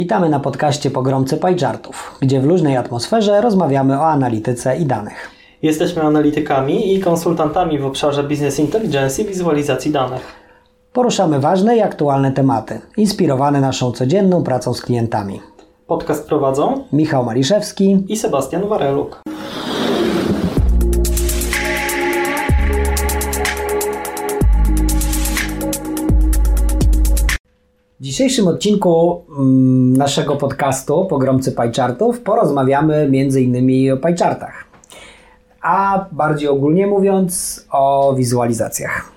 Witamy na podcaście Pogromcy PieChartów, gdzie w luźnej atmosferze rozmawiamy o analityce i danych. Jesteśmy analitykami i konsultantami w obszarze Business Intelligence i wizualizacji danych. Poruszamy ważne i aktualne tematy, inspirowane naszą codzienną pracą z klientami. Podcast prowadzą Michał Maliszewski i Sebastian Wareluk. W dzisiejszym odcinku naszego podcastu Pogromcy PieChartów porozmawiamy m.in. o PieChartach, a bardziej ogólnie mówiąc o wizualizacjach.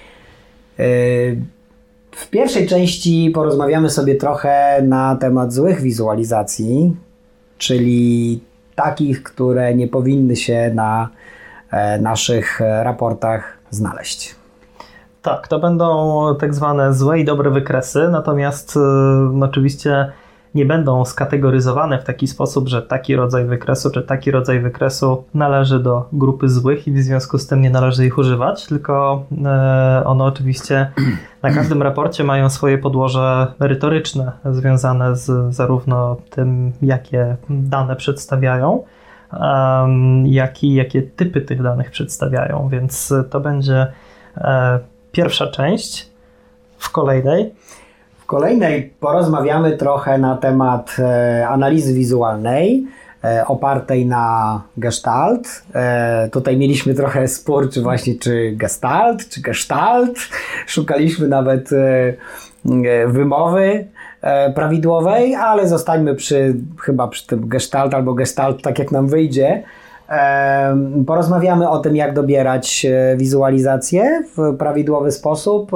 W pierwszej części porozmawiamy sobie trochę na temat złych wizualizacji, czyli takich, które nie powinny się na naszych raportach znaleźć. Tak, to będą tak zwane złe i dobre wykresy, natomiast oczywiście nie będą skategoryzowane w taki sposób, że taki rodzaj wykresu czy taki rodzaj wykresu należy do grupy złych i w związku z tym nie należy ich używać, tylko one oczywiście na każdym raporcie mają swoje podłoże merytoryczne związane z zarówno tym, jakie dane przedstawiają, jakie typy tych danych przedstawiają, więc to będzie pierwsza część. W kolejnej porozmawiamy trochę na temat analizy wizualnej opartej na Gestalt. Tutaj mieliśmy trochę spór, czy Gestalt, czy Gestalt. Szukaliśmy nawet wymowy prawidłowej, ale zostańmy chyba przy tym Gestalt albo Gestalt, tak jak nam wyjdzie. Porozmawiamy o tym, jak dobierać wizualizację w prawidłowy sposób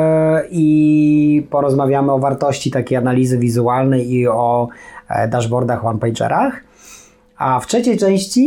i porozmawiamy o wartości takiej analizy wizualnej i o dashboardach, one-pagerach. A w trzeciej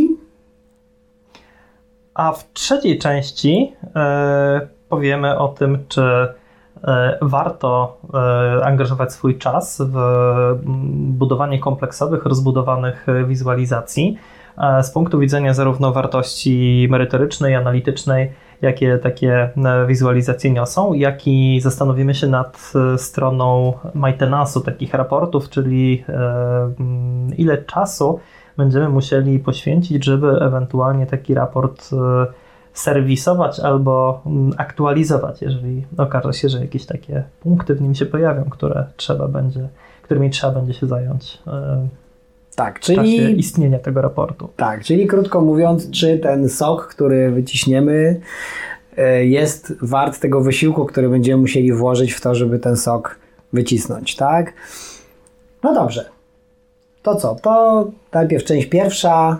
części powiemy o tym, czy warto angażować swój czas w budowanie kompleksowych, rozbudowanych wizualizacji z punktu widzenia zarówno wartości merytorycznej, analitycznej, jakie takie wizualizacje niosą, jak i zastanowimy się nad stroną maintenance'u takich raportów, czyli ile czasu będziemy musieli poświęcić, żeby ewentualnie taki raport serwisować albo aktualizować, jeżeli okaże się, że jakieś takie punkty w nim się pojawią, którymi trzeba będzie się zająć. Tak, w czasie istnienia tego raportu. Tak, czyli krótko mówiąc, czy ten sok, który wyciśniemy, jest wart tego wysiłku, który będziemy musieli włożyć w to, żeby ten sok wycisnąć, tak? No dobrze. To co? To najpierw część pierwsza,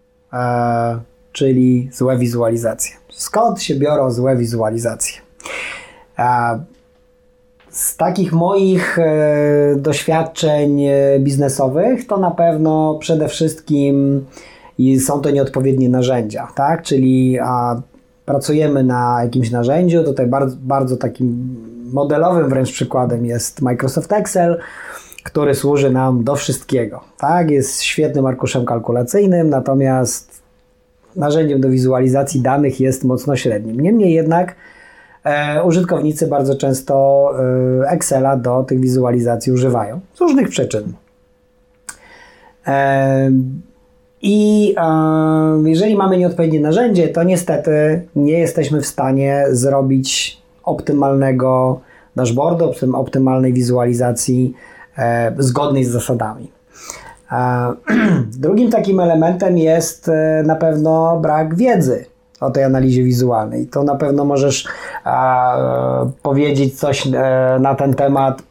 czyli złe wizualizacje. Skąd się biorą złe wizualizacje? Z takich moich doświadczeń biznesowych to na pewno przede wszystkim są to nieodpowiednie narzędzia, tak? Czyli pracujemy na jakimś narzędziu, tutaj bardzo takim modelowym wręcz przykładem jest Microsoft Excel, który służy nam do wszystkiego, tak? Jest świetnym arkuszem kalkulacyjnym, natomiast narzędziem do wizualizacji danych jest mocno średnim. Niemniej jednak użytkownicy bardzo często Excela do tych wizualizacji używają z różnych przyczyn. I jeżeli mamy nieodpowiednie narzędzie, to niestety nie jesteśmy w stanie zrobić optymalnego dashboardu, optymalnej wizualizacji zgodnej z zasadami. Drugim takim elementem jest na pewno brak wiedzy o tej analizie wizualnej. To na pewno możesz powiedzieć coś na ten temat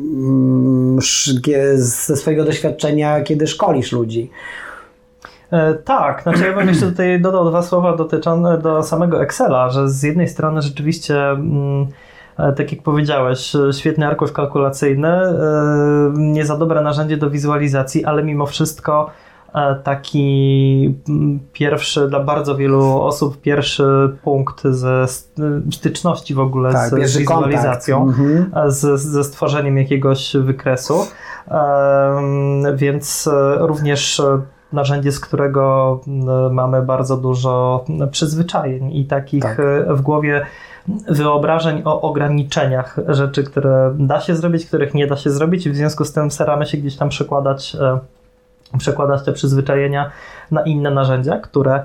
ze swojego doświadczenia, kiedy szkolisz ludzi. Tak, znaczy ja bym jeszcze tutaj dodał dwa słowa dotyczące do samego Excela, że z jednej strony rzeczywiście, tak jak powiedziałeś, świetny arkusz kalkulacyjny, nie za dobre narzędzie do wizualizacji, ale mimo wszystko taki pierwszy, dla bardzo wielu osób, pierwszy punkt ze styczności w ogóle z wizualizacją, ze stworzeniem jakiegoś wykresu, więc również narzędzie, z którego mamy bardzo dużo przyzwyczajeń i takich w głowie wyobrażeń o ograniczeniach rzeczy, które da się zrobić, których nie da się zrobić i w związku z tym staramy się gdzieś tam przekładać te przyzwyczajenia na inne narzędzia, które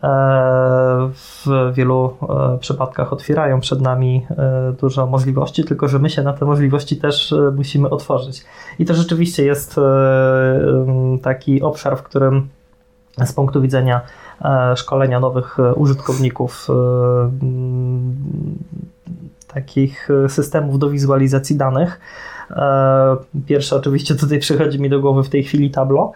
w wielu przypadkach otwierają przed nami dużo możliwości, tylko że my się na te możliwości też musimy otworzyć. I to rzeczywiście jest taki obszar, w którym z punktu widzenia szkolenia nowych użytkowników takich systemów do wizualizacji danych. Pierwsze oczywiście tutaj przychodzi mi do głowy w tej chwili Tableau.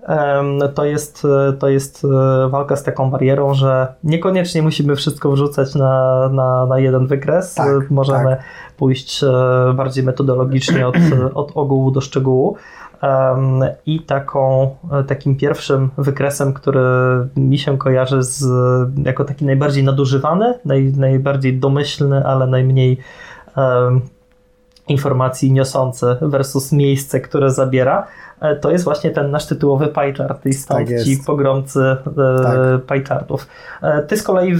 To jest walka z taką barierą, że niekoniecznie musimy wszystko wrzucać na jeden wykres. Możemy pójść bardziej metodologicznie od ogółu do szczegółu. I takim pierwszym wykresem, który mi się kojarzy jako taki najbardziej nadużywany, najbardziej domyślny, ale najmniej informacji niosący versus miejsce, które zabiera, to jest właśnie ten nasz tytułowy pie chart i stąd ci pogromcy pie chartów. Ty z kolei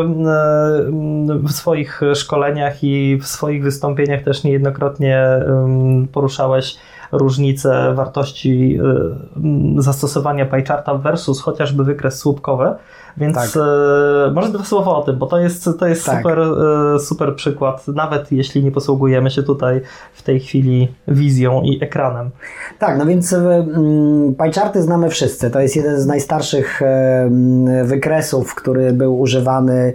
w swoich szkoleniach i w swoich wystąpieniach też niejednokrotnie poruszałeś różnice wartości zastosowania pie charta versus chociażby wykres słupkowy, więc może dwa słowa o tym, bo to jest super przykład, nawet jeśli nie posługujemy się tutaj w tej chwili wizją i ekranem. Tak, no więc pie charty znamy wszyscy. To jest jeden z najstarszych wykresów, który był używany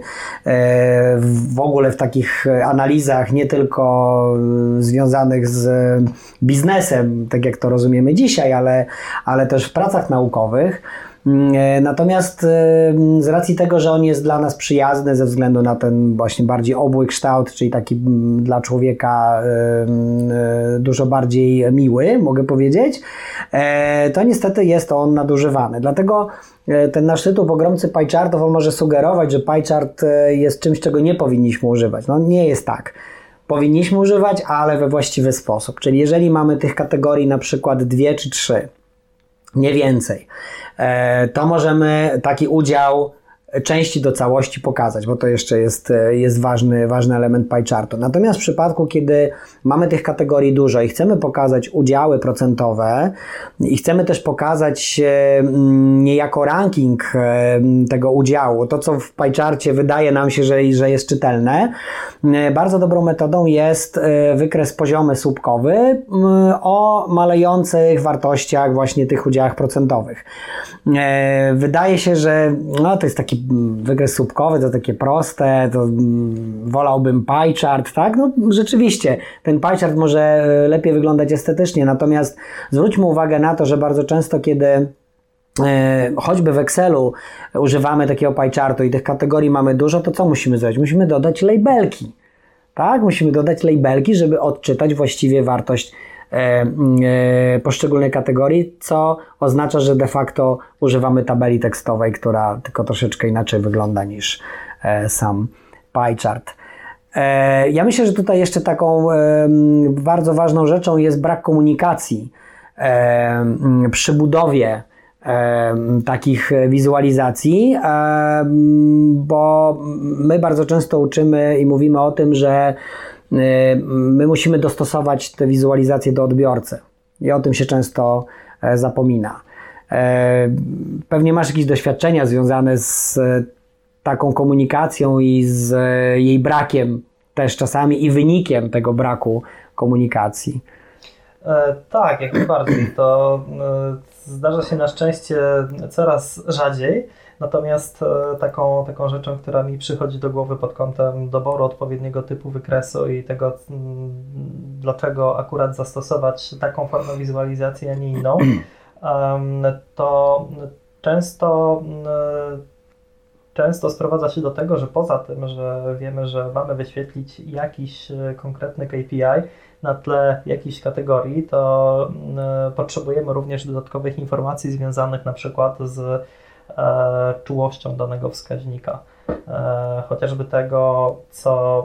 w ogóle w takich analizach, nie tylko związanych z biznesem, tak jak to rozumiemy dzisiaj, ale też w pracach naukowych. Natomiast z racji tego, że on jest dla nas przyjazny ze względu na ten właśnie bardziej obły kształt, czyli taki dla człowieka dużo bardziej miły, mogę powiedzieć, to niestety jest on nadużywany. Dlatego ten nasz tytuł Pogromcy pie chartów, on może sugerować, że pie chart jest czymś, czego nie powinniśmy używać. No nie jest tak. Powinniśmy używać, ale we właściwy sposób. Czyli jeżeli mamy tych kategorii na przykład 2 czy 3, nie więcej, to możemy taki udział części do całości pokazać, bo to jeszcze jest ważny element pie chartu. Natomiast w przypadku, kiedy mamy tych kategorii dużo i chcemy pokazać udziały procentowe i chcemy też pokazać niejako ranking tego udziału, to co w pie charcie wydaje nam się, że jest czytelne, bardzo dobrą metodą jest wykres poziomy słupkowy o malejących wartościach właśnie tych udziałach procentowych. Wydaje się, że to jest taki wykres słupkowy, to takie proste, to wolałbym pie chart, tak? No rzeczywiście, ten pie chart może lepiej wyglądać estetycznie, natomiast zwróćmy uwagę na to, że bardzo często, kiedy choćby w Excelu używamy takiego pie chartu i tych kategorii mamy dużo, to co musimy zrobić? Musimy dodać labelki, tak? Musimy dodać labelki, żeby odczytać właściwie wartość poszczególnej kategorii, co oznacza, że de facto używamy tabeli tekstowej, która tylko troszeczkę inaczej wygląda niż sam pie chart. Ja myślę, że tutaj jeszcze taką bardzo ważną rzeczą jest brak komunikacji przy budowie takich wizualizacji, bo my bardzo często uczymy i mówimy o tym, że my musimy dostosować te wizualizacje do odbiorcy i o tym się często zapomina. Pewnie masz jakieś doświadczenia związane z taką komunikacją i z jej brakiem też czasami i wynikiem tego braku komunikacji. Tak, jak najbardziej. To zdarza się na szczęście coraz rzadziej. Natomiast taką rzeczą, która mi przychodzi do głowy pod kątem doboru odpowiedniego typu wykresu i tego, dlaczego akurat zastosować taką formę wizualizacji, a nie inną, to często sprowadza się do tego, że poza tym, że wiemy, że mamy wyświetlić jakiś konkretny KPI na tle jakichś kategorii, to potrzebujemy również dodatkowych informacji związanych na przykład z czułością danego wskaźnika. Chociażby tego,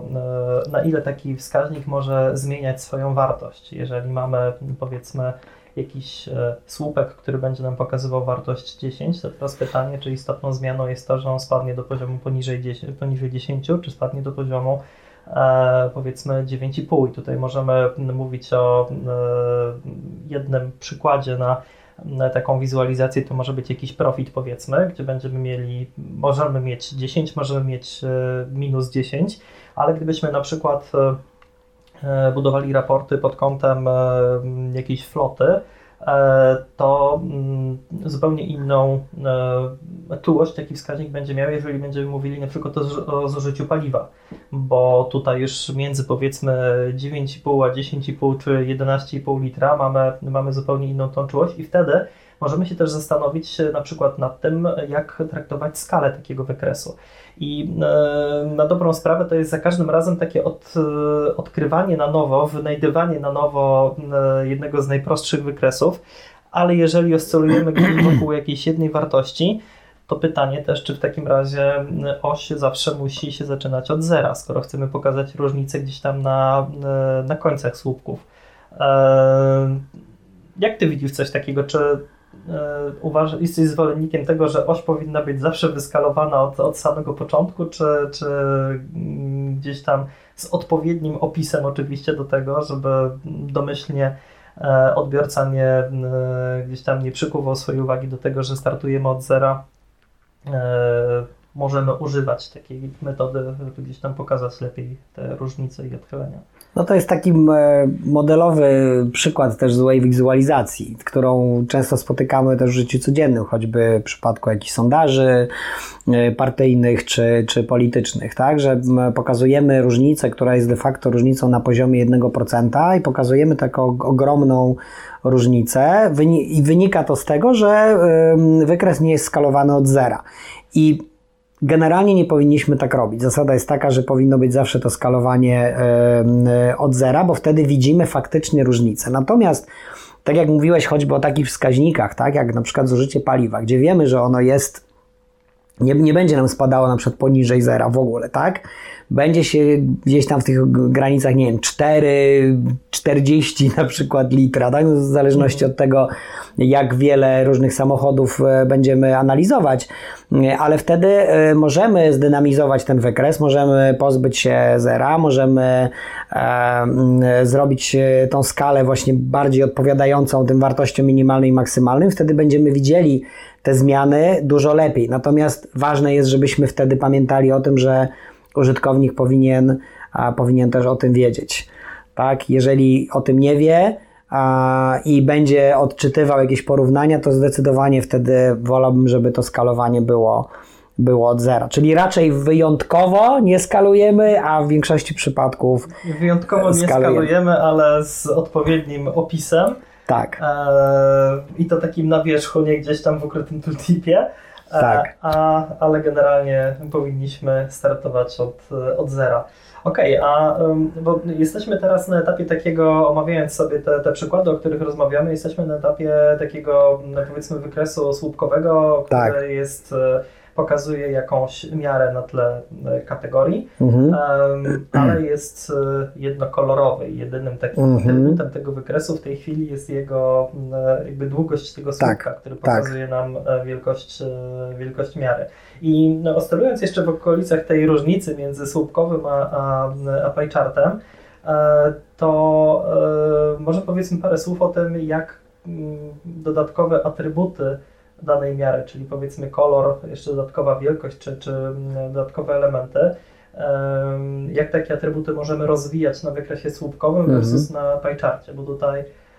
na ile taki wskaźnik może zmieniać swoją wartość. Jeżeli mamy, powiedzmy, jakiś słupek, który będzie nam pokazywał wartość 10, to teraz pytanie, czy istotną zmianą jest to, że on spadnie do poziomu poniżej 10, czy spadnie do poziomu powiedzmy 9,5 i tutaj możemy mówić o jednym przykładzie na taką wizualizację. To może być jakiś profit, powiedzmy, gdzie możemy mieć 10, możemy mieć minus 10, ale gdybyśmy na przykład budowali raporty pod kątem jakiejś floty, to zupełnie inną czułość taki wskaźnik będzie miał, jeżeli będziemy mówili na przykład o zużyciu paliwa, bo tutaj już między powiedzmy 9,5 a 10,5 czy 11,5 litra mamy zupełnie inną tą czułość i wtedy możemy się też zastanowić na przykład nad tym, jak traktować skalę takiego wykresu. I na dobrą sprawę to jest za każdym razem takie odkrywanie na nowo, wynajdywanie na nowo jednego z najprostszych wykresów, ale jeżeli oscylujemy wokół jakiejś jednej wartości, to pytanie też, czy w takim razie oś zawsze musi się zaczynać od zera, skoro chcemy pokazać różnicę gdzieś tam na końcach słupków. Jak ty widzisz coś takiego? Czy jesteś zwolennikiem tego, że oś powinna być zawsze wyskalowana od samego początku, czy gdzieś tam z odpowiednim opisem oczywiście do tego, żeby domyślnie odbiorca gdzieś tam nie przykuwał swojej uwagi do tego, że startujemy od zera, możemy używać takiej metody, żeby gdzieś tam pokazać lepiej te różnice i odchylenia. No to jest taki modelowy przykład też złej wizualizacji, którą często spotykamy też w życiu codziennym, choćby w przypadku jakichś sondaży partyjnych czy politycznych, tak, że pokazujemy różnicę, która jest de facto różnicą na poziomie 1% i pokazujemy taką ogromną różnicę i wynika to z tego, że wykres nie jest skalowany od zera. I generalnie nie powinniśmy tak robić. Zasada jest taka, że powinno być zawsze to skalowanie od zera, bo wtedy widzimy faktycznie różnicę. Natomiast, tak jak mówiłeś choćby o takich wskaźnikach, tak, jak na przykład zużycie paliwa, gdzie wiemy, że ono jest, nie będzie nam spadało na przykład poniżej zera w ogóle, tak? Będzie się gdzieś tam w tych granicach, nie wiem, 4,40 na przykład litra, tak? W zależności od tego, jak wiele różnych samochodów będziemy analizować, ale wtedy możemy zdynamizować ten wykres, możemy pozbyć się zera, możemy zrobić tą skalę właśnie bardziej odpowiadającą tym wartościom minimalnym i maksymalnym, wtedy będziemy widzieli te zmiany dużo lepiej. Natomiast ważne jest, żebyśmy wtedy pamiętali o tym, że użytkownik powinien też o tym wiedzieć. Tak? Jeżeli o tym nie wie i będzie odczytywał jakieś porównania, to zdecydowanie wtedy wolałbym, żeby to skalowanie było od zera. Czyli raczej wyjątkowo nie skalujemy, a w większości przypadków wyjątkowo nie skalujemy, ale z odpowiednim opisem. Tak. I to takim na wierzchu, nie gdzieś tam w ukrytym tooltipie. Tak. Ale generalnie powinniśmy startować od zera. Okej, bo jesteśmy teraz na etapie takiego, omawiając sobie te przykłady, o których rozmawiamy, jesteśmy na etapie takiego, powiedzmy, wykresu słupkowego, tak, który pokazuje jakąś miarę na tle kategorii, ale jest jednokolorowy. Jedynym takim atrybutem tego wykresu w tej chwili jest jego jakby długość tego słupka, który pokazuje nam wielkość miary. I oscylując jeszcze w okolicach tej różnicy między słupkowym a pie chartem, to może powiedzmy parę słów o tym, jak dodatkowe atrybuty danej miary, czyli powiedzmy kolor, jeszcze dodatkowa wielkość czy dodatkowe elementy, jak takie atrybuty możemy rozwijać na wykresie słupkowym versus na pie charcie, bo tutaj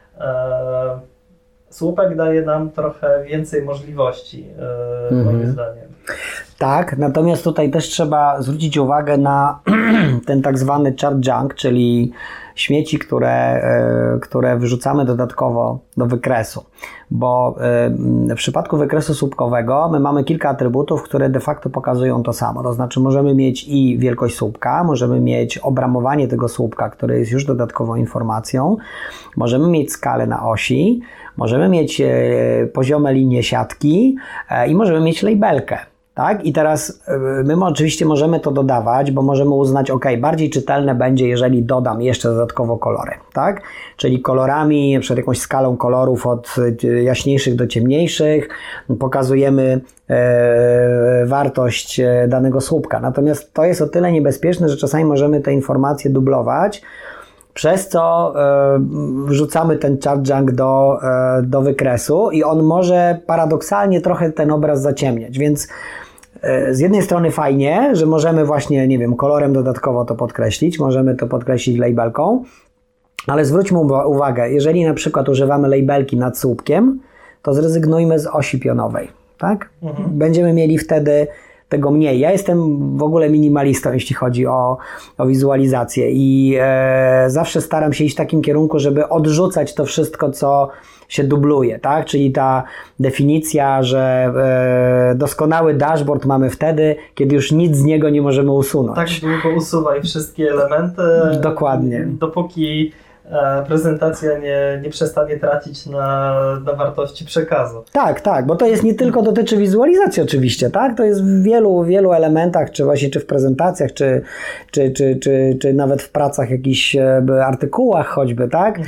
słupek daje nam trochę więcej możliwości, moim zdaniem. Tak, natomiast tutaj też trzeba zwrócić uwagę na ten tak zwany chart junk, czyli śmieci, które wyrzucamy dodatkowo do wykresu, bo w przypadku wykresu słupkowego my mamy kilka atrybutów, które de facto pokazują to samo, to znaczy możemy mieć i wielkość słupka, możemy mieć obramowanie tego słupka, które jest już dodatkową informacją, możemy mieć skalę na osi, możemy mieć poziome linie siatki i możemy mieć labelkę. Tak? I teraz my oczywiście możemy to dodawać, bo możemy uznać, bardziej czytelne będzie, jeżeli dodam jeszcze dodatkowo kolory, tak? Czyli kolorami, przed jakąś skalą kolorów od jaśniejszych do ciemniejszych pokazujemy wartość danego słupka. Natomiast to jest o tyle niebezpieczne, że czasami możemy te informacje dublować, przez co wrzucamy ten charge do wykresu i on może paradoksalnie trochę ten obraz zaciemniać, więc z jednej strony fajnie, że możemy właśnie, nie wiem, kolorem dodatkowo to podkreślić, możemy to podkreślić labelką, ale zwróćmy uwagę, jeżeli na przykład używamy labelki nad słupkiem, to zrezygnujmy z osi pionowej, tak? Będziemy mieli wtedy tego mniej. Ja jestem w ogóle minimalistą, jeśli chodzi o wizualizację i zawsze staram się iść w takim kierunku, żeby odrzucać to wszystko, co się dubluje, tak? Czyli ta definicja, że doskonały dashboard mamy wtedy, kiedy już nic z niego nie możemy usunąć. Tak długo usuwaj wszystkie elementy. Dokładnie. Dopóki prezentacja nie przestanie tracić na wartości przekazu. Tak, bo to jest nie tylko dotyczy wizualizacji oczywiście, tak? To jest w wielu elementach, czy w prezentacjach, czy nawet w pracach, jakichś artykułach choćby, tak?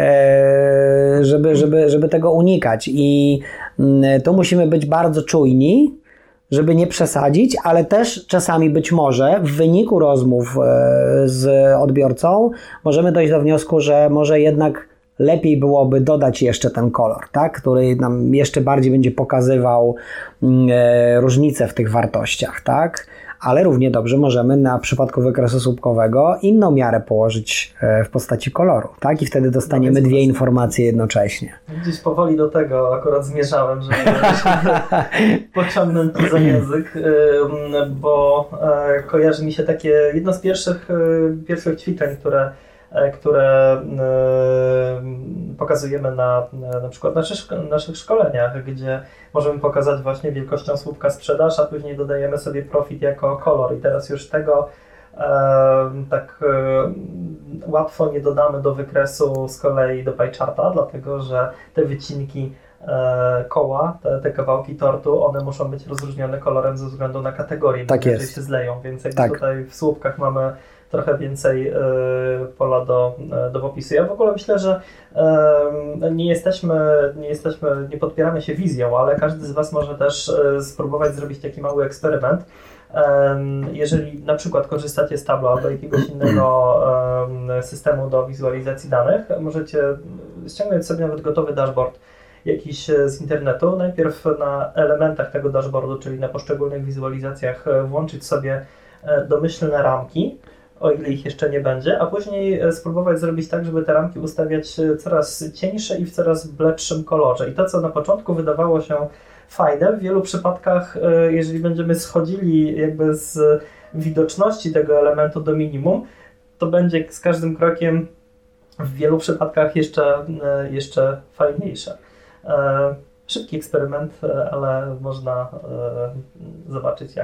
Żeby tego unikać i tu musimy być bardzo czujni, żeby nie przesadzić, ale też czasami być może w wyniku rozmów z odbiorcą możemy dojść do wniosku, że może jednak lepiej byłoby dodać jeszcze ten kolor, tak? Który nam jeszcze bardziej będzie pokazywał różnice w tych wartościach, tak? Ale równie dobrze możemy na przypadku wykresu słupkowego inną miarę położyć w postaci koloru, tak? I wtedy dostaniemy dwie informacje jednocześnie. Gdzieś powoli do tego akurat zmierzałem, żeby pociągnąć to za język, bo kojarzy mi się jedno z pierwszych ćwiczeń, które pokazujemy na przykład naszych szkoleniach, gdzie możemy pokazać właśnie wielkością słupka sprzedaż, a później dodajemy sobie profit jako kolor i teraz już tego łatwo nie dodamy do wykresu z kolei do pie charta, dlatego że te wycinki koła, te kawałki tortu, one muszą być rozróżnione kolorem ze względu na kategorię, tak inaczej się zleją, więc jakby tutaj w słupkach mamy trochę więcej pola do opisu. Ja w ogóle myślę, że nie podpieramy się wizją, ale każdy z Was może też spróbować zrobić taki mały eksperyment. Jeżeli na przykład korzystacie z Tableau albo jakiegoś innego systemu do wizualizacji danych, możecie ściągnąć sobie nawet gotowy dashboard jakiś z internetu. Najpierw na elementach tego dashboardu, czyli na poszczególnych wizualizacjach włączyć sobie domyślne ramki, o ile ich jeszcze nie będzie, a później spróbować zrobić tak, żeby te ramki ustawiać coraz cieńsze i w coraz bledszym kolorze. I to, co na początku wydawało się fajne, w wielu przypadkach, jeżeli będziemy schodzili jakby z widoczności tego elementu do minimum, to będzie z każdym krokiem w wielu przypadkach jeszcze fajniejsze. Szybki eksperyment, ale można zobaczyć,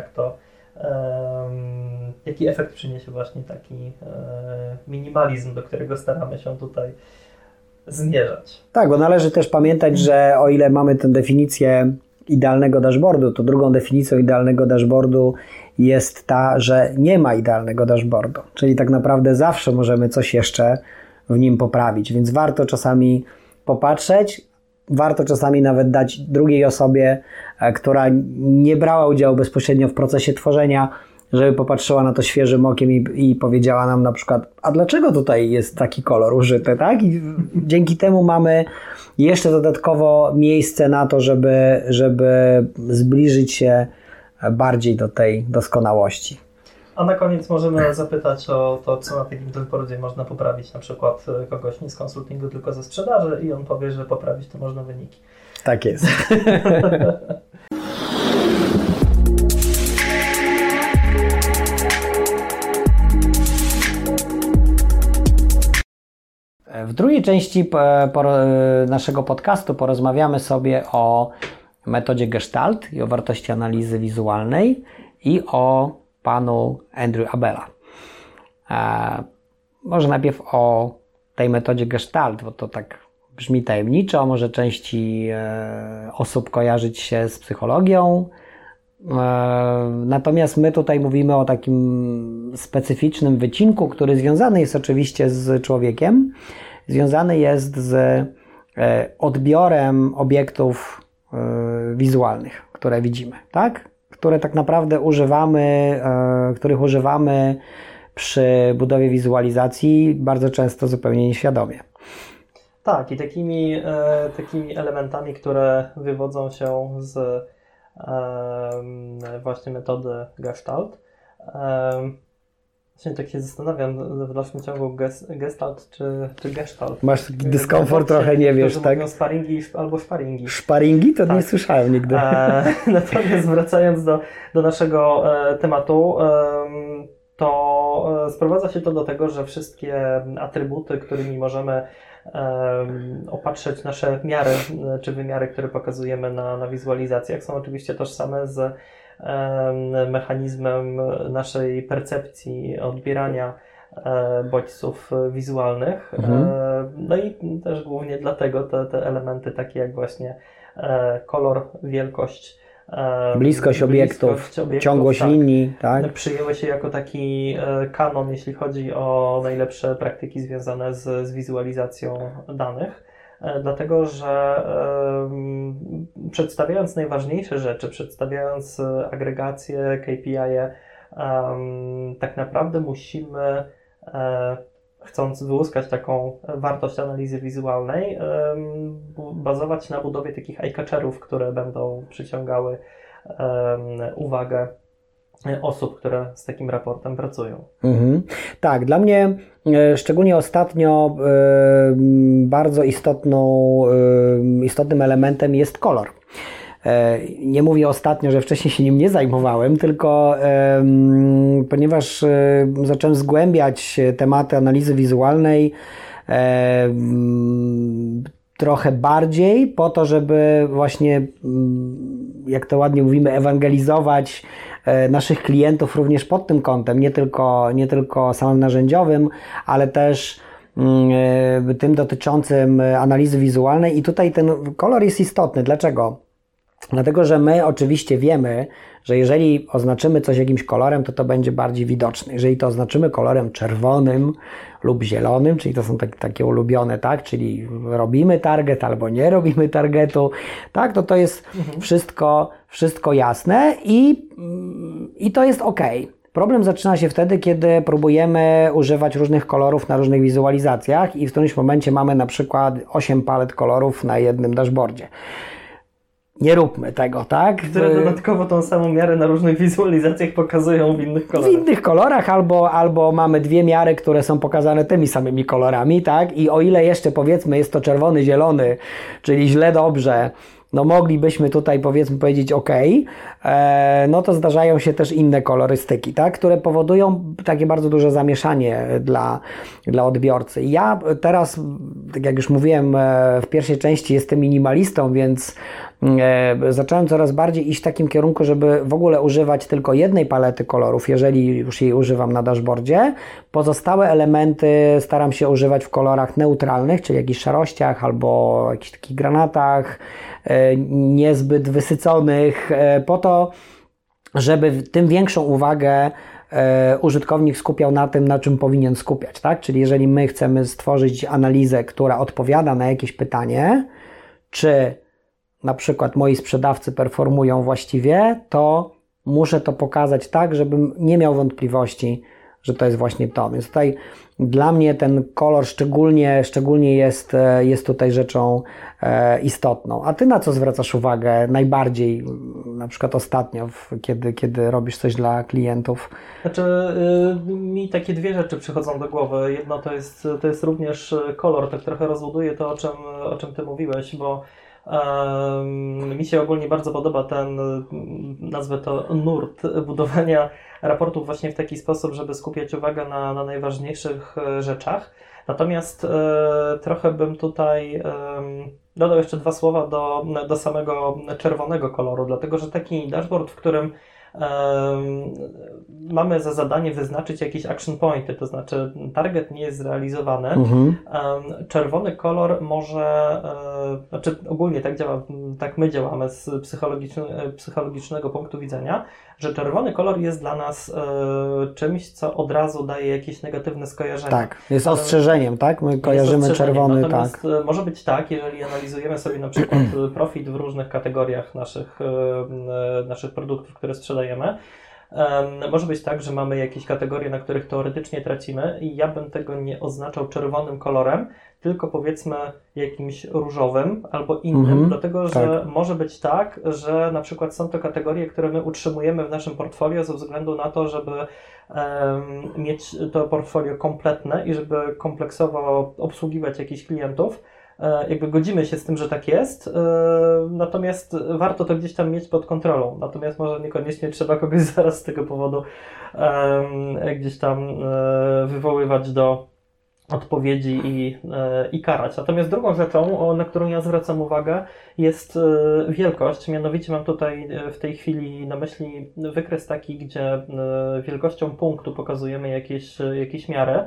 jaki efekt przyniesie właśnie taki minimalizm, do którego staramy się tutaj zmierzać. Tak, bo należy też pamiętać, że o ile mamy tę definicję idealnego dashboardu, to drugą definicją idealnego dashboardu jest ta, że nie ma idealnego dashboardu. Czyli tak naprawdę zawsze możemy coś jeszcze w nim poprawić, więc warto czasami popatrzeć, warto czasami nawet dać drugiej osobie, która nie brała udziału bezpośrednio w procesie tworzenia, żeby popatrzyła na to świeżym okiem i powiedziała nam na przykład, a dlaczego tutaj jest taki kolor użyty, tak? I dzięki temu mamy jeszcze dodatkowo miejsce na to, żeby zbliżyć się bardziej do tej doskonałości. A na koniec możemy zapytać o to, co na takim dashboardzie można poprawić, na przykład kogoś nie z konsultingu, tylko ze sprzedaży i on powie, że poprawić to można wyniki. Tak jest. W drugiej części naszego podcastu porozmawiamy sobie o metodzie Gestalt i o wartości analizy wizualnej i o panu Andrew Abela. Może najpierw o tej metodzie Gestalt, bo to tak brzmi tajemniczo, może części osób kojarzyć się z psychologią, Natomiast my tutaj mówimy o takim specyficznym wycinku, który związany jest oczywiście z człowiekiem, związany jest z odbiorem obiektów wizualnych, które widzimy, tak? Które tak naprawdę których używamy przy budowie wizualizacji bardzo często zupełnie nieświadomie. Tak, i takimi elementami, które wywodzą się z właśnie metody Gestalt. Właśnie tak się zastanawiam w dalszym ciągu Gestalt czy Gestalt. Masz dyskomfort trochę, nie wiesz, tak? Mówią sparingi albo szparingi. Szparingi? To tak. Nie słyszałem nigdy. Natomiast wracając do naszego tematu, to sprowadza się to do tego, że wszystkie atrybuty, którymi możemy opatrzeć nasze miary czy wymiary, które pokazujemy na wizualizacjach, są oczywiście tożsame z mechanizmem naszej percepcji, odbierania bodźców wizualnych. No i też głównie dlatego te elementy takie jak właśnie kolor, wielkość, bliskość obiektów, ciągłość tak, linii, tak? Przyjęły się jako taki kanon, jeśli chodzi o najlepsze praktyki związane z wizualizacją danych. Dlatego, że przedstawiając najważniejsze rzeczy, przedstawiając agregacje, KPI-e, tak naprawdę musimy, chcąc wyłuskać taką wartość analizy wizualnej, bazować na budowie takich eye-catcherów, które będą przyciągały uwagę osób, które z takim raportem pracują. Tak, dla mnie szczególnie ostatnio bardzo istotnym elementem jest kolor. Nie mówię ostatnio, że wcześniej się nim nie zajmowałem, tylko ponieważ zacząłem zgłębiać tematy analizy wizualnej trochę bardziej po to, żeby właśnie, jak to ładnie mówimy, ewangelizować naszych klientów również pod tym kątem, nie tylko samym narzędziowym, ale też tym dotyczącym analizy wizualnej i tutaj ten kolor jest istotny. Dlaczego? Dlatego, że my oczywiście wiemy, że jeżeli oznaczymy coś jakimś kolorem, to będzie bardziej widoczne. Jeżeli to oznaczymy kolorem czerwonym lub zielonym, czyli to są takie ulubione, tak? Czyli robimy target albo nie robimy targetu, tak? To jest wszystko jasne i to jest ok. Problem zaczyna się wtedy, kiedy próbujemy używać różnych kolorów na różnych wizualizacjach i w którymś momencie mamy na przykład 8 palet kolorów na jednym dashboardzie. Nie róbmy tego, tak? Które dodatkowo tą samą miarę na różnych wizualizacjach pokazują w innych kolorach. W innych kolorach albo mamy dwie miary, które są pokazane tymi samymi kolorami, tak? I o ile jeszcze powiedzmy jest to czerwony, zielony, czyli źle, dobrze, no moglibyśmy tutaj powiedzmy powiedzieć ok, no to zdarzają się też inne kolorystyki, tak? Które powodują takie bardzo duże zamieszanie dla odbiorcy. Ja teraz, tak jak już mówiłem w pierwszej części, jestem minimalistą, więc zacząłem coraz bardziej iść w takim kierunku, żeby w ogóle używać tylko jednej palety kolorów, jeżeli już jej używam na dashboardzie. Pozostałe elementy staram się używać w kolorach neutralnych, czyli jakichś szarościach albo jakichś takich granatach, niezbyt wysyconych, po to, żeby tym większą uwagę użytkownik skupiał na tym, na czym powinien skupiać, tak? Czyli jeżeli my chcemy stworzyć analizę, która odpowiada na jakieś pytanie, czy na przykład moi sprzedawcy performują właściwie, to muszę to pokazać tak, żebym nie miał wątpliwości, że to jest właśnie to. Więc tutaj dla mnie ten kolor szczególnie jest tutaj rzeczą istotną. A Ty na co zwracasz uwagę najbardziej, na przykład ostatnio, kiedy robisz coś dla klientów? Znaczy, mi takie dwie rzeczy przychodzą do głowy. Jedno to jest również kolor, tak trochę rozbuduję to, o czym Ty mówiłeś, bo mi się ogólnie bardzo podoba ten, nazwę to nurt, budowania raportów właśnie w taki sposób, żeby skupiać uwagę na najważniejszych rzeczach. Natomiast trochę bym tutaj dodał jeszcze 2 słowa do samego czerwonego koloru, dlatego że taki dashboard, w którym mamy za zadanie wyznaczyć jakieś action pointy, to znaczy target nie jest zrealizowany. Czerwony kolor może, znaczy ogólnie tak działa, tak my działamy z psychologicznego punktu widzenia, że czerwony kolor jest dla nas czymś, co od razu daje jakieś negatywne skojarzenia. Tak, jest ostrzeżeniem, tak? My kojarzymy czerwony, natomiast tak. Może być tak, jeżeli analizujemy sobie na przykład profit w różnych kategoriach naszych produktów, które sprzedajemy, może być tak, że mamy jakieś kategorie, na których teoretycznie tracimy i ja bym tego nie oznaczał czerwonym kolorem, tylko powiedzmy jakimś różowym albo innym, dlatego że może być tak, że na przykład są to kategorie, które my utrzymujemy w naszym portfolio ze względu na to, żeby mieć to portfolio kompletne i żeby kompleksowo obsługiwać jakichś klientów. Jakby godzimy się z tym, że tak jest, natomiast warto to gdzieś tam mieć pod kontrolą, natomiast może niekoniecznie trzeba kogoś zaraz z tego powodu gdzieś tam wywoływać do odpowiedzi i karać. Natomiast drugą rzeczą, na którą ja zwracam uwagę, jest wielkość. Mianowicie mam tutaj w tej chwili na myśli wykres taki, gdzie wielkością punktu pokazujemy jakieś miary.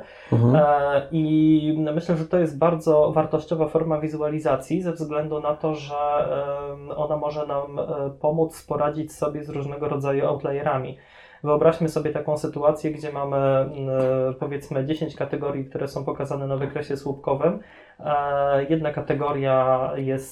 I myślę, że to jest bardzo wartościowa forma wizualizacji ze względu na to, że ona może nam pomóc poradzić sobie z różnego rodzaju outlierami. Wyobraźmy sobie taką sytuację, gdzie mamy powiedzmy 10 kategorii, które są pokazane na wykresie słupkowym. Jedna kategoria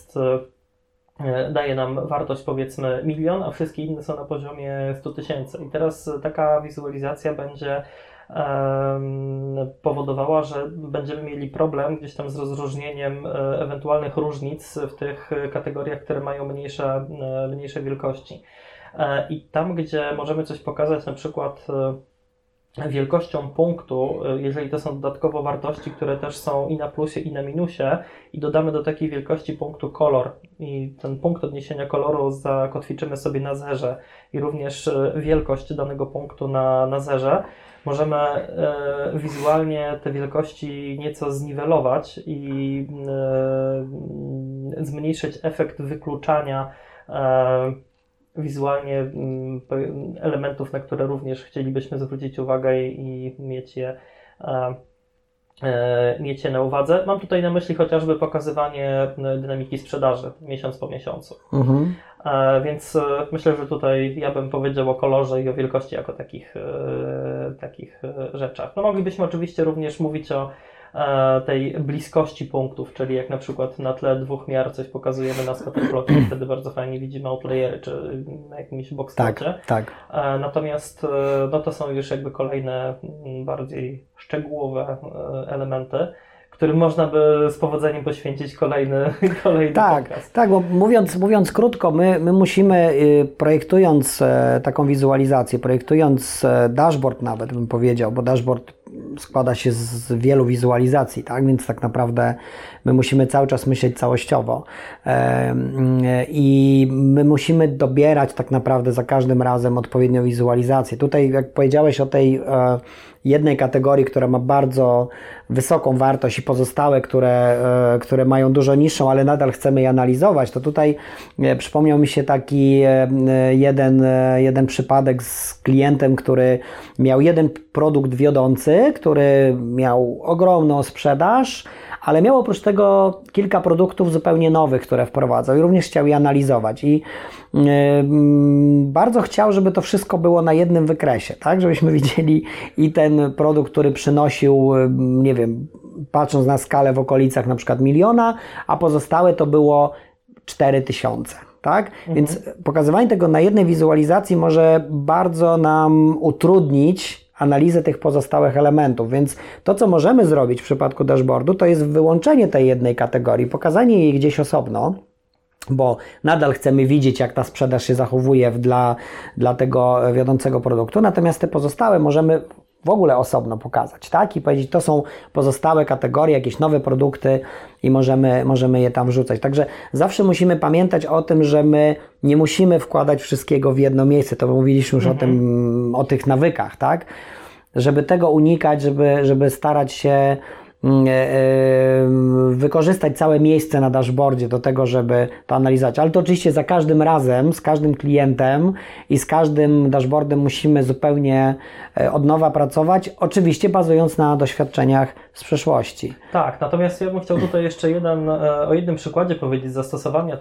daje nam wartość powiedzmy 1 000 000, a wszystkie inne są na poziomie 100 000. I teraz taka wizualizacja będzie powodowała, że będziemy mieli problem gdzieś tam z rozróżnieniem ewentualnych różnic w tych kategoriach, które mają mniejsze wielkości. I tam, gdzie możemy coś pokazać, na przykład wielkością punktu, jeżeli to są dodatkowo wartości, które też są i na plusie, i na minusie, i dodamy do takiej wielkości punktu kolor i ten punkt odniesienia koloru zakotwiczymy sobie na zerze i również wielkość danego punktu na zerze, możemy wizualnie te wielkości nieco zniwelować i zmniejszyć efekt wykluczania wizualnie elementów, na które również chcielibyśmy zwrócić uwagę i mieć je na uwadze. Mam tutaj na myśli chociażby pokazywanie dynamiki sprzedaży miesiąc po miesiącu. Więc myślę, że tutaj ja bym powiedział o kolorze i o wielkości jako takich rzeczach. No moglibyśmy oczywiście również mówić o tej bliskości punktów, czyli jak na przykład na tle 2 miar coś pokazujemy na scatterplocie, wtedy bardzo fajnie widzimy outlayery, czy na jakimś boxplocie. Tak. Natomiast no to są już jakby kolejne bardziej szczegółowe elementy, którym można by z powodzeniem poświęcić kolejny podcast. Tak, bo mówiąc krótko, my musimy projektując taką wizualizację, projektując dashboard nawet bym powiedział, bo dashboard składa się z wielu wizualizacji, tak? Więc tak naprawdę my musimy cały czas myśleć całościowo i my musimy dobierać tak naprawdę za każdym razem odpowiednią wizualizację. Tutaj jak powiedziałeś o tej jednej kategorii, która ma bardzo wysoką wartość i pozostałe, które mają dużo niższą, ale nadal chcemy je analizować, to tutaj przypomniał mi się taki jeden przypadek z klientem, który miał jeden produkt wiodący, który miał ogromną sprzedaż, ale miał oprócz tego kilka produktów zupełnie nowych, które wprowadzał i również chciał je analizować i bardzo chciał, żeby to wszystko było na jednym wykresie, tak, żebyśmy widzieli i ten produkt, który przynosił, nie wiem, patrząc na skalę w okolicach na przykład 1 000 000, a pozostałe to było 4000. Tak? Więc pokazywanie tego na jednej wizualizacji może bardzo nam utrudnić analizę tych pozostałych elementów, więc to, co możemy zrobić w przypadku dashboardu, to jest wyłączenie tej jednej kategorii, pokazanie jej gdzieś osobno, bo nadal chcemy widzieć, jak ta sprzedaż się zachowuje dla tego wiodącego produktu, natomiast te pozostałe możemy w ogóle osobno pokazać, tak? I powiedzieć, to są pozostałe kategorie, jakieś nowe produkty i możemy je tam wrzucać. Także zawsze musimy pamiętać o tym, że my nie musimy wkładać wszystkiego w jedno miejsce. To mówiliśmy już o tych nawykach, tak? Żeby tego unikać, żeby starać się wykorzystać całe miejsce na dashboardzie do tego, żeby to analizować. Ale to oczywiście za każdym razem, z każdym klientem i z każdym dashboardem musimy zupełnie od nowa pracować, oczywiście bazując na doświadczeniach z przeszłości. Tak, natomiast ja bym chciał tutaj jeszcze o jednym przykładzie powiedzieć zastosowania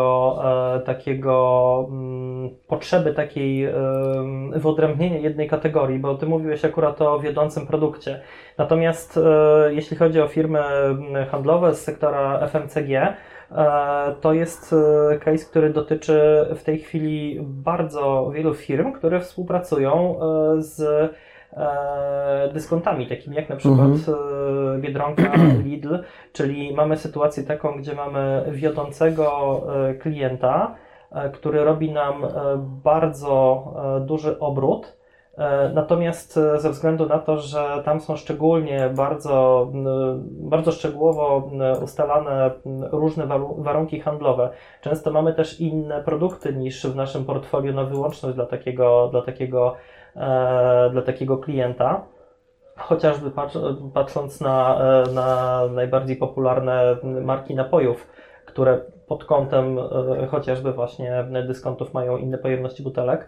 potrzeby takiej wyodrębnienia jednej kategorii, bo Ty mówiłeś akurat o wiodącym produkcie. Natomiast jeśli chodzi o firmy handlowe z sektora FMCG, to jest case, który dotyczy w tej chwili bardzo wielu firm, które współpracują z dyskontami, takimi jak na przykład Biedronka, Lidl, czyli mamy sytuację taką, gdzie mamy wiodącego klienta, który robi nam bardzo duży obrót, natomiast ze względu na to, że tam są szczególnie bardzo szczegółowo ustalane różne warunki handlowe, często mamy też inne produkty niż w naszym portfolio na wyłączność dla takiego klienta, chociażby patrząc na najbardziej popularne marki napojów, które pod kątem chociażby właśnie dyskontów mają inne pojemności butelek,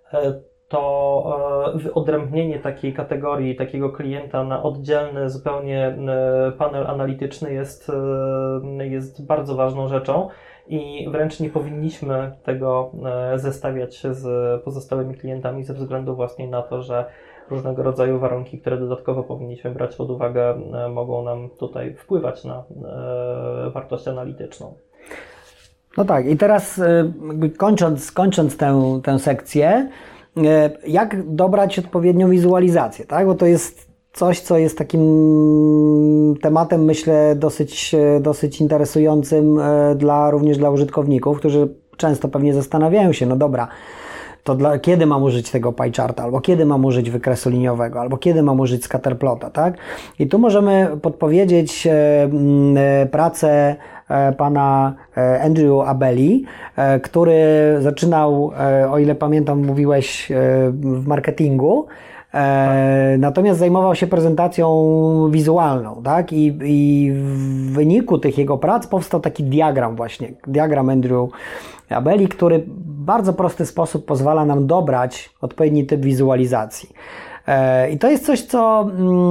to wyodrębnienie takiej kategorii, takiego klienta na oddzielny zupełnie panel analityczny jest bardzo ważną rzeczą i wręcz nie powinniśmy tego zestawiać z pozostałymi klientami ze względu właśnie na to, że różnego rodzaju warunki, które dodatkowo powinniśmy brać pod uwagę, mogą nam tutaj wpływać na wartość analityczną. No tak, i teraz kończąc tę sekcję, jak dobrać odpowiednią wizualizację, tak? Bo to jest coś, co jest takim tematem, myślę, dosyć interesującym również dla użytkowników, którzy często pewnie zastanawiają się, no dobra, to kiedy mam użyć tego pie charta, albo kiedy mam użyć wykresu liniowego, albo kiedy mam użyć scatterplota, tak? I tu możemy podpowiedzieć pracę pana Andrew Abeli, który zaczynał, o ile pamiętam, mówiłeś w marketingu, natomiast zajmował się prezentacją wizualną, tak? I w wyniku tych jego prac powstał taki diagram Andrew Abeli, który w bardzo prosty sposób pozwala nam dobrać odpowiedni typ wizualizacji. I to jest coś, co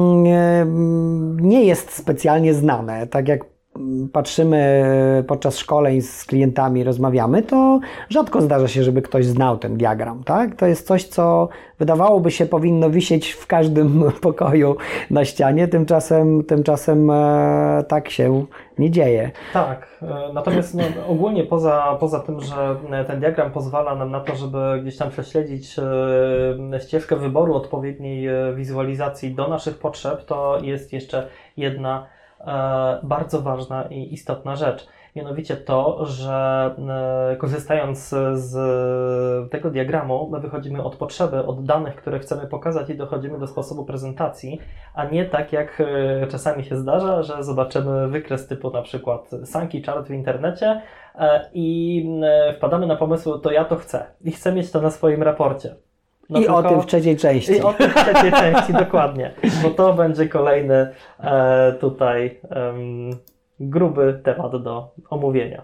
nie jest specjalnie znane. Tak jak patrzymy podczas szkoleń z klientami, rozmawiamy, to rzadko zdarza się, żeby ktoś znał ten diagram, tak? To jest coś, co wydawałoby się powinno wisieć w każdym pokoju na ścianie, tymczasem tak się nie dzieje. Tak, natomiast ogólnie poza tym, że ten diagram pozwala nam na to, żeby gdzieś tam prześledzić ścieżkę wyboru odpowiedniej wizualizacji do naszych potrzeb, to jest jeszcze jedna bardzo ważna i istotna rzecz. Mianowicie to, że korzystając z tego diagramu, my wychodzimy od potrzeby, od danych, które chcemy pokazać i dochodzimy do sposobu prezentacji, a nie tak jak czasami się zdarza, że zobaczymy wykres typu na przykład Sankey Chart w internecie i wpadamy na pomysł, to ja to chcę i chcę mieć to na swoim raporcie. No I o tym w trzeciej części. I o tym w trzeciej części, dokładnie. Bo to będzie kolejny tutaj gruby temat do omówienia.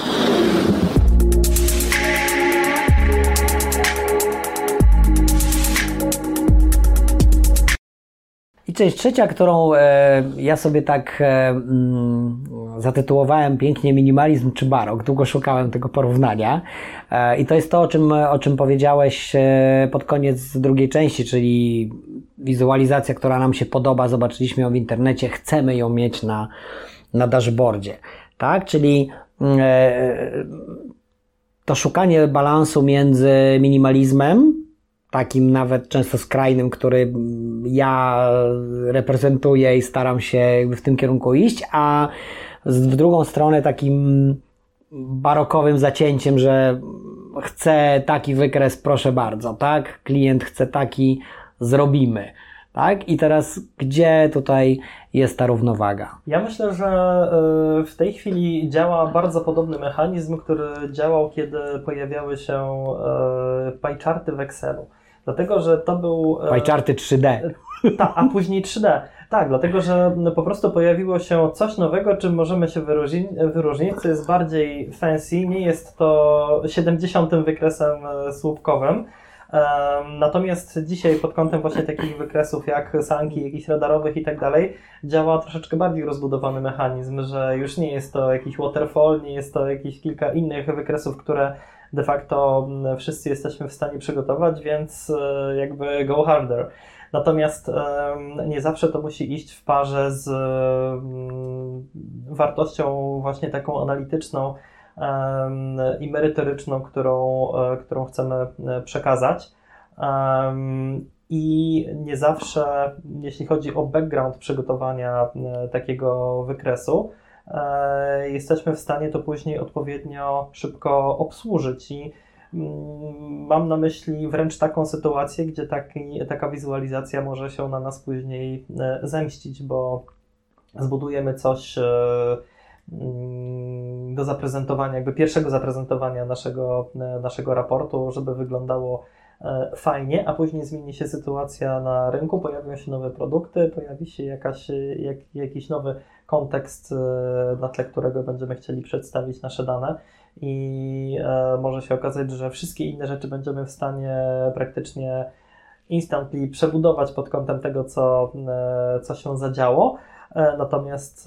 I część trzecia, którą ja sobie tak zatytułowałem pięknie minimalizm czy barok. Długo szukałem tego porównania. I to jest to, o czym powiedziałeś pod koniec drugiej części, czyli wizualizacja, która nam się podoba, zobaczyliśmy ją w internecie, chcemy ją mieć na dashboardzie. Tak? Czyli to szukanie balansu między minimalizmem, takim nawet często skrajnym, który ja reprezentuję i staram się w tym kierunku iść, a w drugą stronę takim barokowym zacięciem, że chcę taki wykres, proszę bardzo, tak? Klient chce taki, zrobimy. Tak? I teraz gdzie tutaj jest ta równowaga? Ja myślę, że w tej chwili działa bardzo podobny mechanizm, który działał, kiedy pojawiały się pie charty w Excelu. Dlatego, że to był... PyCharty 3D. A później 3D. Tak, dlatego, że po prostu pojawiło się coś nowego, czym możemy się wyróżnić, co jest bardziej fancy. Nie jest to 70. wykresem słupkowym. Natomiast dzisiaj pod kątem właśnie takich wykresów jak sanki, jakichś radarowych i tak dalej, działa troszeczkę bardziej rozbudowany mechanizm, że już nie jest to jakiś waterfall, nie jest to jakieś kilka innych wykresów, które de facto wszyscy jesteśmy w stanie przygotować, więc jakby go harder. Natomiast nie zawsze to musi iść w parze z wartością właśnie taką analityczną i merytoryczną, którą chcemy przekazać. I nie zawsze, jeśli chodzi o background przygotowania takiego wykresu, jesteśmy w stanie to później odpowiednio szybko obsłużyć i mam na myśli wręcz taką sytuację, gdzie taka wizualizacja może się na nas później zemścić, bo zbudujemy coś do zaprezentowania, jakby pierwszego zaprezentowania naszego raportu, żeby wyglądało fajnie, a później zmieni się sytuacja na rynku, pojawią się nowe produkty, pojawi się jakiś nowy kontekst, na tle którego będziemy chcieli przedstawić nasze dane i może się okazać, że wszystkie inne rzeczy będziemy w stanie praktycznie instantly przebudować pod kątem tego, co się zadziało, natomiast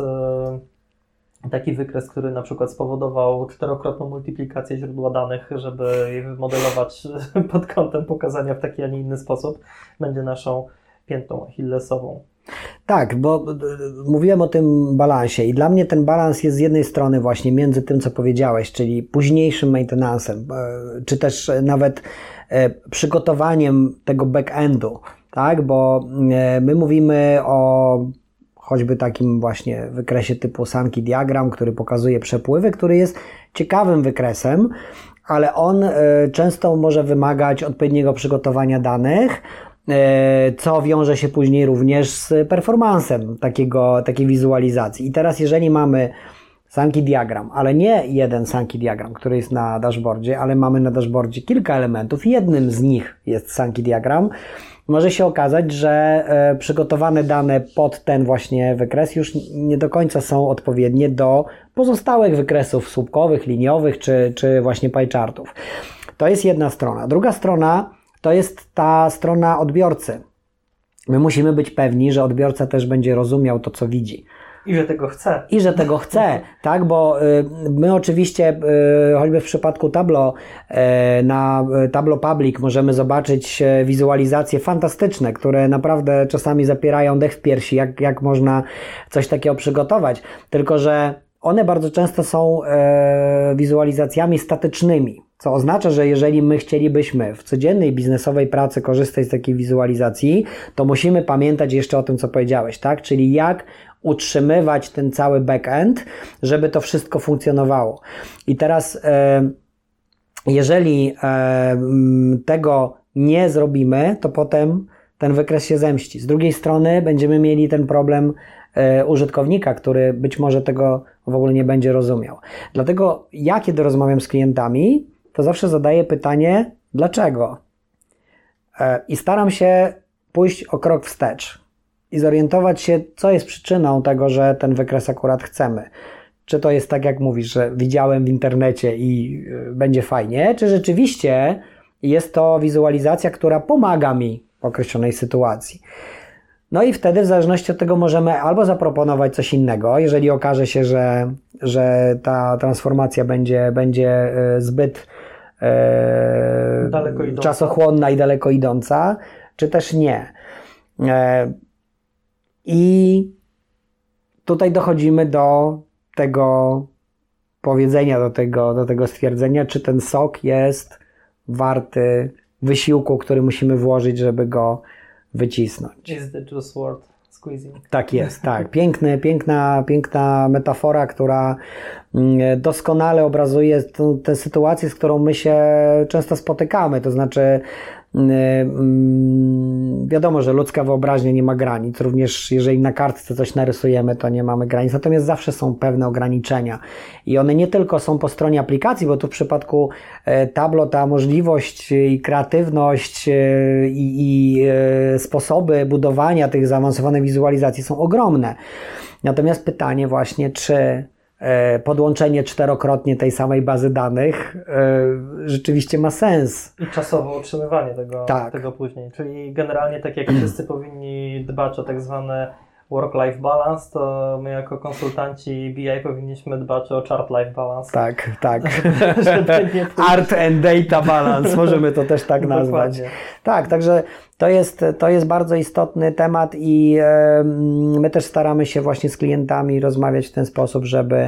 taki wykres, który na przykład spowodował 4-krotną multiplikację źródła danych, żeby je wymodelować pod kątem pokazania w taki, a nie inny sposób, będzie naszą piętą achillesową. Tak, bo mówiłem o tym balansie i dla mnie ten balans jest z jednej strony właśnie między tym, co powiedziałeś, czyli późniejszym maintenance'em, czy też nawet przygotowaniem tego backendu, tak, bo my mówimy o choćby takim właśnie wykresie typu Sankey diagram, który pokazuje przepływy, który jest ciekawym wykresem, ale on często może wymagać odpowiedniego przygotowania danych, co wiąże się później również z performansem takiej wizualizacji. I teraz jeżeli mamy Sankey diagram, ale nie jeden Sankey diagram, który jest na dashboardzie, ale mamy na dashboardzie kilka elementów i jednym z nich jest Sankey diagram, może się okazać, że przygotowane dane pod ten właśnie wykres już nie do końca są odpowiednie do pozostałych wykresów słupkowych, liniowych czy właśnie pie-chartów. To jest jedna strona. Druga strona to jest ta strona odbiorcy. My musimy być pewni, że odbiorca też będzie rozumiał to, co widzi. I że tego chce. I że tego chce, tak, bo my oczywiście, choćby w przypadku Tableau, na Tableau Public możemy zobaczyć wizualizacje fantastyczne, które naprawdę czasami zapierają dech w piersi, jak można coś takiego przygotować. Tylko że one bardzo często są wizualizacjami statycznymi, co oznacza, że jeżeli my chcielibyśmy w codziennej biznesowej pracy korzystać z takiej wizualizacji, to musimy pamiętać jeszcze o tym, co powiedziałeś, tak? Czyli jak utrzymywać ten cały backend, żeby to wszystko funkcjonowało. I teraz jeżeli tego nie zrobimy, to potem ten wykres się zemści. Z drugiej strony będziemy mieli ten problem użytkownika, który być może tego w ogóle nie będzie rozumiał. Dlatego ja, kiedy rozmawiam z klientami, to zawsze zadaję pytanie, dlaczego? I staram się pójść o krok wstecz i zorientować się, co jest przyczyną tego, że ten wykres akurat chcemy. Czy to jest tak, jak mówisz, że widziałem w internecie i będzie fajnie, czy rzeczywiście jest to wizualizacja, która pomaga mi w określonej sytuacji. No i wtedy w zależności od tego możemy albo zaproponować coś innego, jeżeli okaże się, że ta transformacja będzie zbyt czasochłonna i daleko idąca, czy też nie. I tutaj dochodzimy do tego powiedzenia, do tego stwierdzenia, czy ten sok jest warty wysiłku, który musimy włożyć, żeby go wycisnąć. Is the juice worth squeezing? Tak jest, tak. Piękna metafora, która doskonale obrazuje tę sytuację, z którą my się często spotykamy. To znaczy Wiadomo, że ludzka wyobraźnia nie ma granic, również jeżeli na kartce coś narysujemy, to nie mamy granic, natomiast zawsze są pewne ograniczenia i one nie tylko są po stronie aplikacji, bo tu w przypadku Tableau ta możliwość i kreatywność i sposoby budowania tych zaawansowanych wizualizacji są ogromne. Natomiast pytanie właśnie, czy podłączenie 4-krotnie tej samej bazy danych rzeczywiście ma sens. I czasowe utrzymywanie tego później. Czyli generalnie tak jak wszyscy powinni dbać o tak zwane work-life balance, to my jako konsultanci BI powinniśmy dbać o chart-life balance. Tak. Art and data balance, możemy to też tak nazwać. Dokładnie. Tak, także to jest bardzo istotny temat i my też staramy się właśnie z klientami rozmawiać w ten sposób,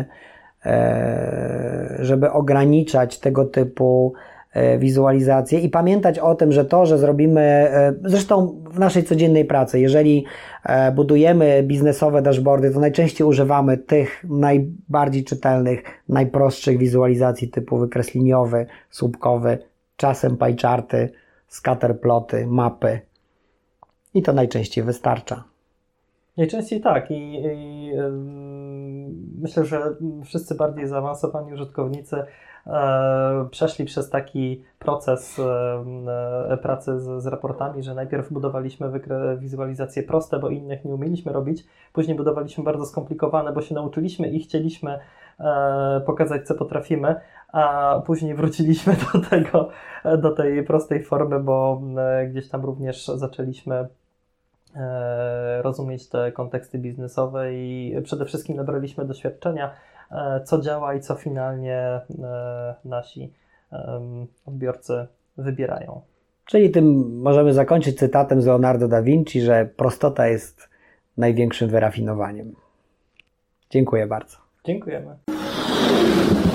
żeby ograniczać tego typu wizualizację i pamiętać o tym, że to, że zrobimy, zresztą w naszej codziennej pracy, jeżeli budujemy biznesowe dashboardy, to najczęściej używamy tych najbardziej czytelnych, najprostszych wizualizacji typu wykres liniowy, słupkowy, czasem pie charty, scatterploty, mapy i to najczęściej wystarcza. Najczęściej tak i myślę, że wszyscy bardziej zaawansowani użytkownicy przeszli przez taki proces pracy z raportami, że najpierw budowaliśmy wizualizacje proste, bo innych nie umieliśmy robić, później budowaliśmy bardzo skomplikowane, bo się nauczyliśmy i chcieliśmy pokazać, co potrafimy, a później wróciliśmy do tej prostej formy, bo gdzieś tam również zaczęliśmy rozumieć te konteksty biznesowe i przede wszystkim nabraliśmy doświadczenia, co działa i co finalnie nasi odbiorcy wybierają. Czyli tym możemy zakończyć cytatem z Leonardo da Vinci, że prostota jest największym wyrafinowaniem. Dziękuję bardzo. Dziękujemy.